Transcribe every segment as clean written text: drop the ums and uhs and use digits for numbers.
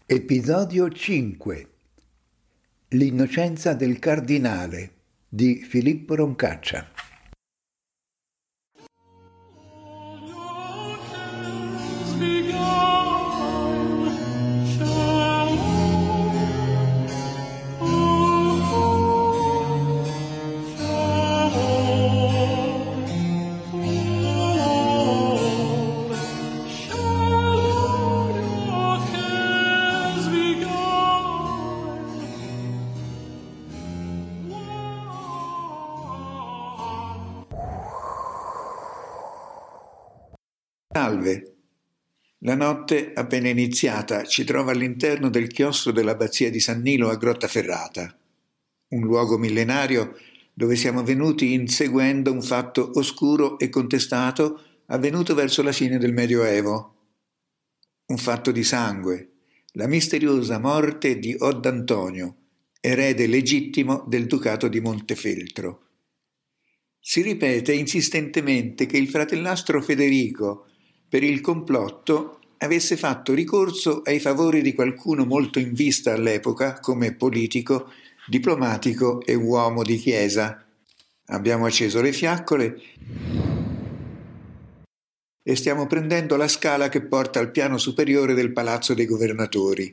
Episodio 5. L'innocenza del cardinale di Filippo Roncaccia. Salve. La notte appena iniziata ci trova all'interno del chiostro dell'abbazia di San Nilo a Grottaferrata, un luogo millenario dove siamo venuti inseguendo un fatto oscuro e contestato avvenuto verso la fine del Medioevo. Un fatto di sangue, la misteriosa morte di Odd'Antonio, erede legittimo del Ducato di Montefeltro. Si ripete insistentemente che il fratellastro Federico, per il complotto, avesse fatto ricorso ai favori di qualcuno molto in vista all'epoca come politico, diplomatico e uomo di chiesa. Abbiamo acceso le fiaccole e stiamo prendendo la scala che porta al piano superiore del Palazzo dei Governatori.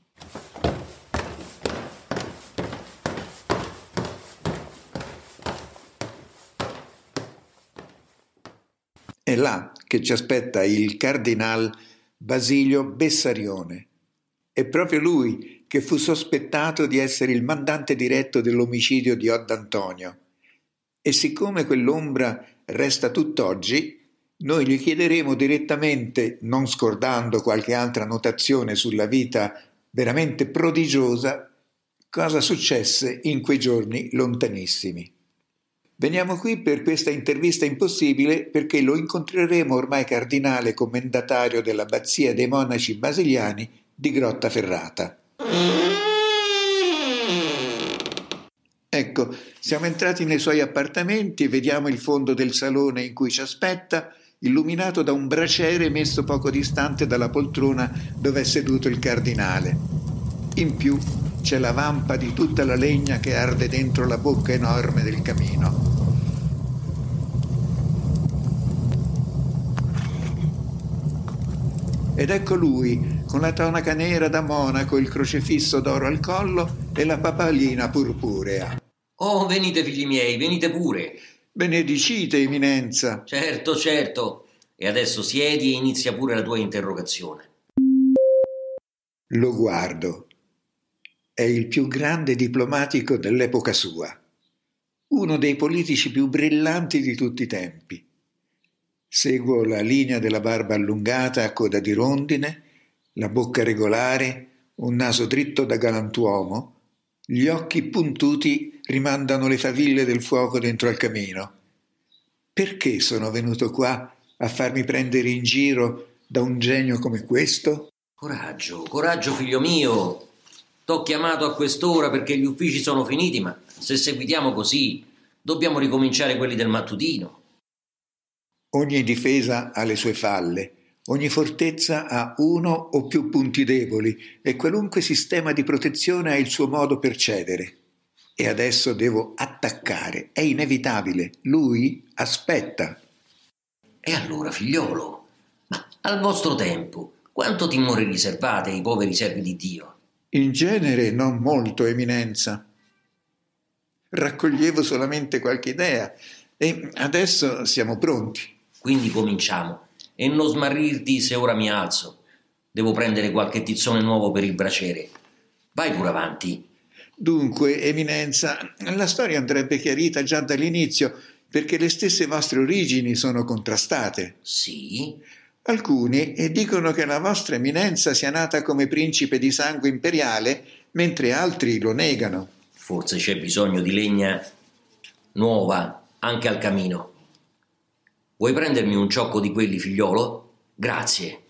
È là che ci aspetta il cardinal Basilio Bessarione. È proprio lui che fu sospettato di essere il mandante diretto dell'omicidio di Odd'Antonio. E siccome quell'ombra resta tutt'oggi, noi gli chiederemo direttamente, non scordando qualche altra notazione sulla vita veramente prodigiosa, cosa successe in quei giorni lontanissimi. Veniamo qui per questa intervista impossibile perché lo incontreremo ormai cardinale commendatario dell'abbazia dei monaci basiliani di Grottaferrata. Ecco, siamo entrati nei suoi appartamenti e vediamo il fondo del salone in cui ci aspetta, illuminato da un braciere messo poco distante dalla poltrona dove è seduto il cardinale. In più c'è la vampa di tutta la legna che arde dentro la bocca enorme del camino. Ed ecco lui, con la tonaca nera da monaco, il crocefisso d'oro al collo e la papalina purpurea. Oh, venite figli miei, venite pure. Benedicite, eminenza. Certo, certo. E adesso siedi e inizia pure la tua interrogazione. Lo guardo. È il più grande diplomatico dell'epoca sua. Uno dei politici più brillanti di tutti i tempi. Seguo la linea della barba allungata a coda di rondine, la bocca regolare, un naso dritto da galantuomo, gli occhi puntuti rimandano le faville del fuoco dentro al camino. Perché sono venuto qua a farmi prendere in giro da un genio come questo? Coraggio, coraggio figlio mio. T'ho chiamato a quest'ora perché gli uffici sono finiti, ma se seguitiamo così dobbiamo ricominciare quelli del mattutino. Ogni difesa ha le sue falle, ogni fortezza ha uno o più punti deboli e qualunque sistema di protezione ha il suo modo per cedere. E adesso devo attaccare, è inevitabile, lui aspetta. E allora, figliolo, ma al vostro tempo, quanto timore riservate ai poveri servi di Dio? In genere non molto, eminenza. Raccoglievo solamente qualche idea e adesso siamo pronti. Quindi cominciamo, e non smarrirti se ora mi alzo. Devo prendere qualche tizzone nuovo per il braciere. Vai pure avanti. Dunque, eminenza, la storia andrebbe chiarita già dall'inizio, perché le stesse vostre origini sono contrastate. Sì? Alcuni dicono che la vostra eminenza sia nata come principe di sangue imperiale, mentre altri lo negano. Forse c'è bisogno di legna nuova anche al camino. Vuoi prendermi un ciocco di quelli, figliolo? Grazie.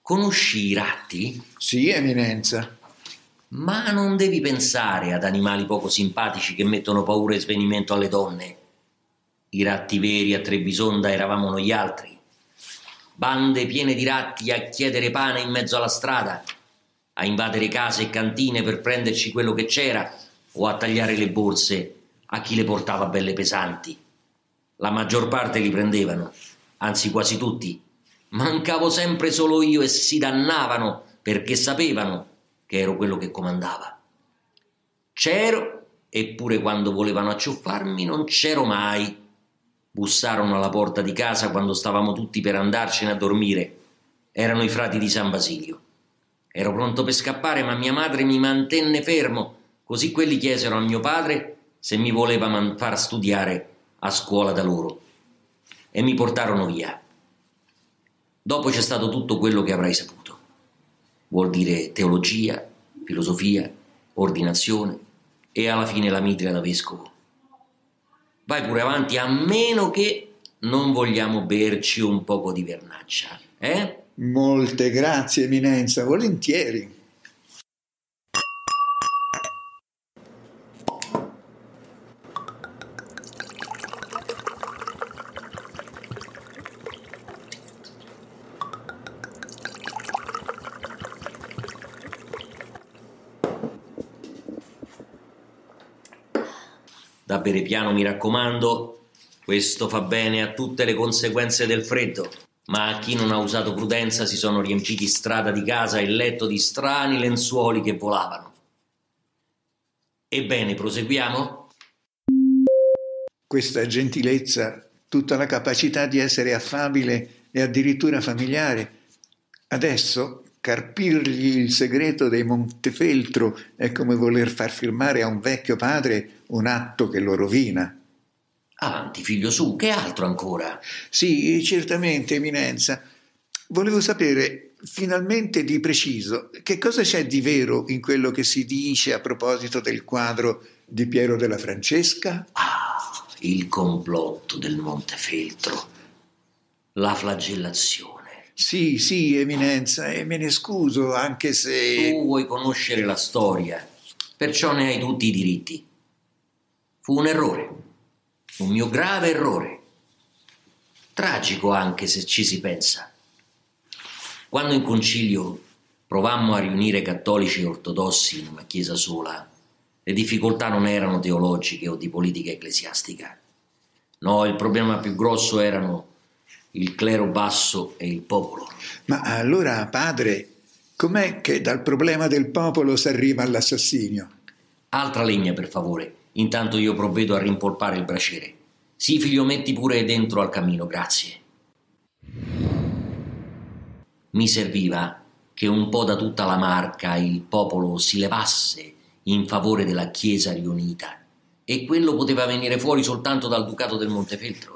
Conosci i ratti? Sì, Eminenza. Ma non devi pensare ad animali poco simpatici che mettono paura e svenimento alle donne. I ratti veri a Trebisonda eravamo noi altri. Bande piene di ratti a chiedere pane in mezzo alla strada, a invadere case e cantine per prenderci quello che c'era o a tagliare le borse a chi le portava belle pesanti. La maggior parte li prendevano, anzi quasi tutti. Mancavo sempre solo io e si dannavano perché sapevano che ero quello che comandava. C'ero, eppure quando volevano acciuffarmi non c'ero mai. Bussarono alla porta di casa quando stavamo tutti per andarcene a dormire. Erano i frati di San Basilio. Ero pronto per scappare, ma mia madre mi mantenne fermo, così quelli chiesero a mio padre se mi voleva far studiare a scuola da loro e mi portarono via. Dopo c'è stato tutto quello che avrai saputo. Vuol dire teologia, filosofia, ordinazione e alla fine la mitra da vescovo. Vai pure avanti, a meno che non vogliamo berci un poco di vernaccia, eh? Molte grazie, Eminenza, volentieri. Da bere piano, mi raccomando, questo fa bene a tutte le conseguenze del freddo, ma a chi non ha usato prudenza si sono riempiti strada di casa e il letto di strani lenzuoli che volavano. Ebbene, proseguiamo? Questa gentilezza, tutta la capacità di essere affabile e addirittura familiare. Adesso carpirgli il segreto dei Montefeltro è come voler far firmare a un vecchio padre un atto che lo rovina. Avanti, figlio, su, che altro ancora? Sì, certamente, Eminenza. Volevo sapere finalmente di preciso che cosa c'è di vero in quello che si dice a proposito del quadro di Piero della Francesca? Ah, il complotto del Montefeltro, la flagellazione. Sì, Eminenza, e me ne scuso, anche se... Tu vuoi conoscere la storia, perciò ne hai tutti i diritti. Fu un errore, un mio grave errore, tragico anche se ci si pensa. Quando in concilio provammo a riunire cattolici e ortodossi in una chiesa sola, le difficoltà non erano teologiche o di politica ecclesiastica. No, il problema più grosso erano il clero basso e il popolo. Ma allora, padre, com'è che dal problema del popolo si arriva all'assassinio? Altra legna, per favore. Intanto io provvedo a rimpolpare il braciere. Sì, figlio, metti pure dentro al camino, grazie. Mi serviva che un po' da tutta la Marca il popolo si levasse in favore della Chiesa riunita, e quello poteva venire fuori soltanto dal Ducato del Montefeltro.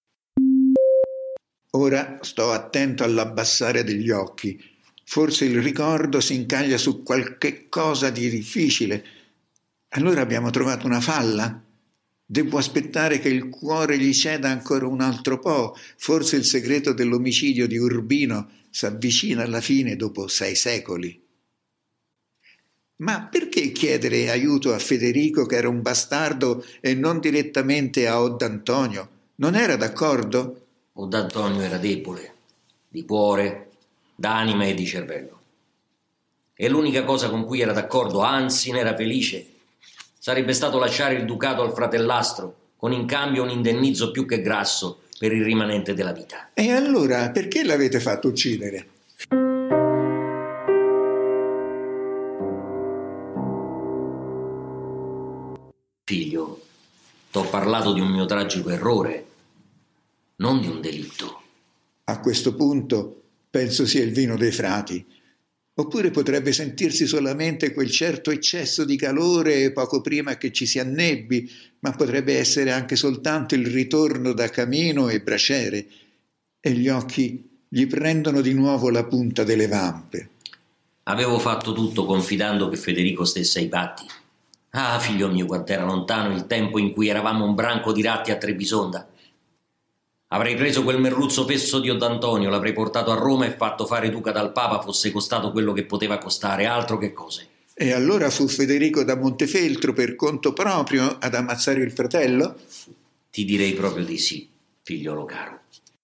Ora sto attento all'abbassare degli occhi. Forse il ricordo si incaglia su qualche cosa di difficile. Allora abbiamo trovato una falla? Devo aspettare che il cuore gli ceda ancora un altro po'. Forse il segreto dell'omicidio di Urbino s'avvicina alla fine dopo 6 secoli. Ma perché chiedere aiuto a Federico, che era un bastardo, e non direttamente a Odd'Antonio? Non era d'accordo? Odd'Antonio era debole, di cuore, d'anima e di cervello. E l'unica cosa con cui era d'accordo, anzi ne era felice, sarebbe stato lasciare il ducato al fratellastro, con in cambio un indennizzo più che grasso per il rimanente della vita. E allora perché l'avete fatto uccidere? Figlio, t'ho parlato di un mio tragico errore, non di un delitto. A questo punto penso sia il vino dei frati. Oppure potrebbe sentirsi solamente quel certo eccesso di calore poco prima che ci si annebbi, ma potrebbe essere anche soltanto il ritorno da camino e braciere, e gli occhi gli prendono di nuovo la punta delle vampe. Avevo fatto tutto confidando che Federico stesse ai patti. Ah, figlio mio, quant'era lontano il tempo in cui eravamo un branco di ratti a Trebisonda. Avrei preso quel merluzzo fesso di Odd'Antonio, l'avrei portato a Roma e fatto fare duca dal Papa, fosse costato quello che poteva costare, altro che cose. E allora fu Federico da Montefeltro per conto proprio ad ammazzare il fratello? Ti direi proprio di sì, figliolo caro.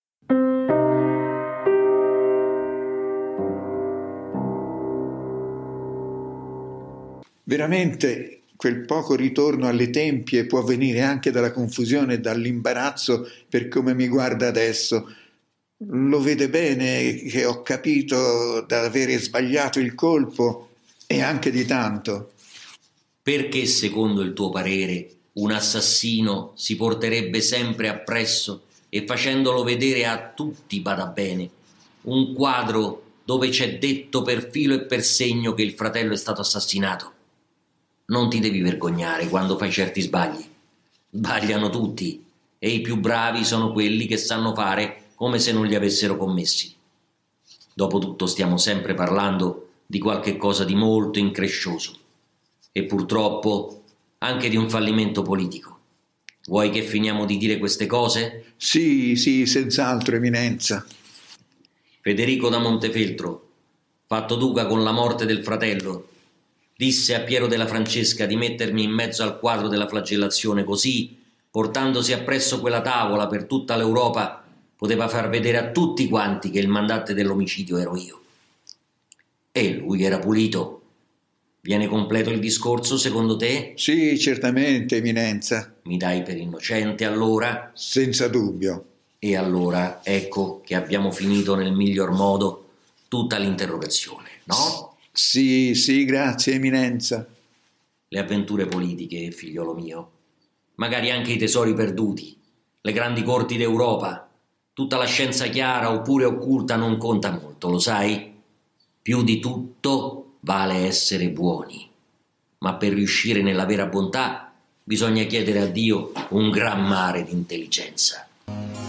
Veramente quel poco ritorno alle tempie può venire anche dalla confusione e dall'imbarazzo per come mi guarda adesso. Lo vede bene che ho capito d'avere sbagliato il colpo e anche di tanto. Perché, secondo il tuo parere, un assassino si porterebbe sempre appresso e facendolo vedere a tutti, bada bene, un quadro dove c'è detto per filo e per segno che il fratello è stato assassinato? Non ti devi vergognare quando fai certi sbagli. Sbagliano tutti e i più bravi sono quelli che sanno fare come se non li avessero commessi. Dopotutto stiamo sempre parlando di qualche cosa di molto increscioso e purtroppo anche di un fallimento politico. Vuoi che finiamo di dire queste cose? Sì, senz'altro, Eminenza. Federico da Montefeltro, fatto duca con la morte del fratello, disse a Piero della Francesca di mettermi in mezzo al quadro della flagellazione, così, portandosi appresso quella tavola per tutta l'Europa, poteva far vedere a tutti quanti che il mandante dell'omicidio ero io. E lui era pulito. Viene completo il discorso, secondo te? Sì, certamente, Eminenza. Mi dai per innocente, allora? Senza dubbio. E allora ecco che abbiamo finito nel miglior modo tutta l'interrogazione, no? Sì, grazie, Eminenza. Le avventure politiche, figliolo mio, magari anche i tesori perduti, le grandi corti d'Europa, tutta la scienza chiara oppure occulta non conta molto, lo sai? Più di tutto vale essere buoni, ma per riuscire nella vera bontà bisogna chiedere a Dio un gran mare di intelligenza.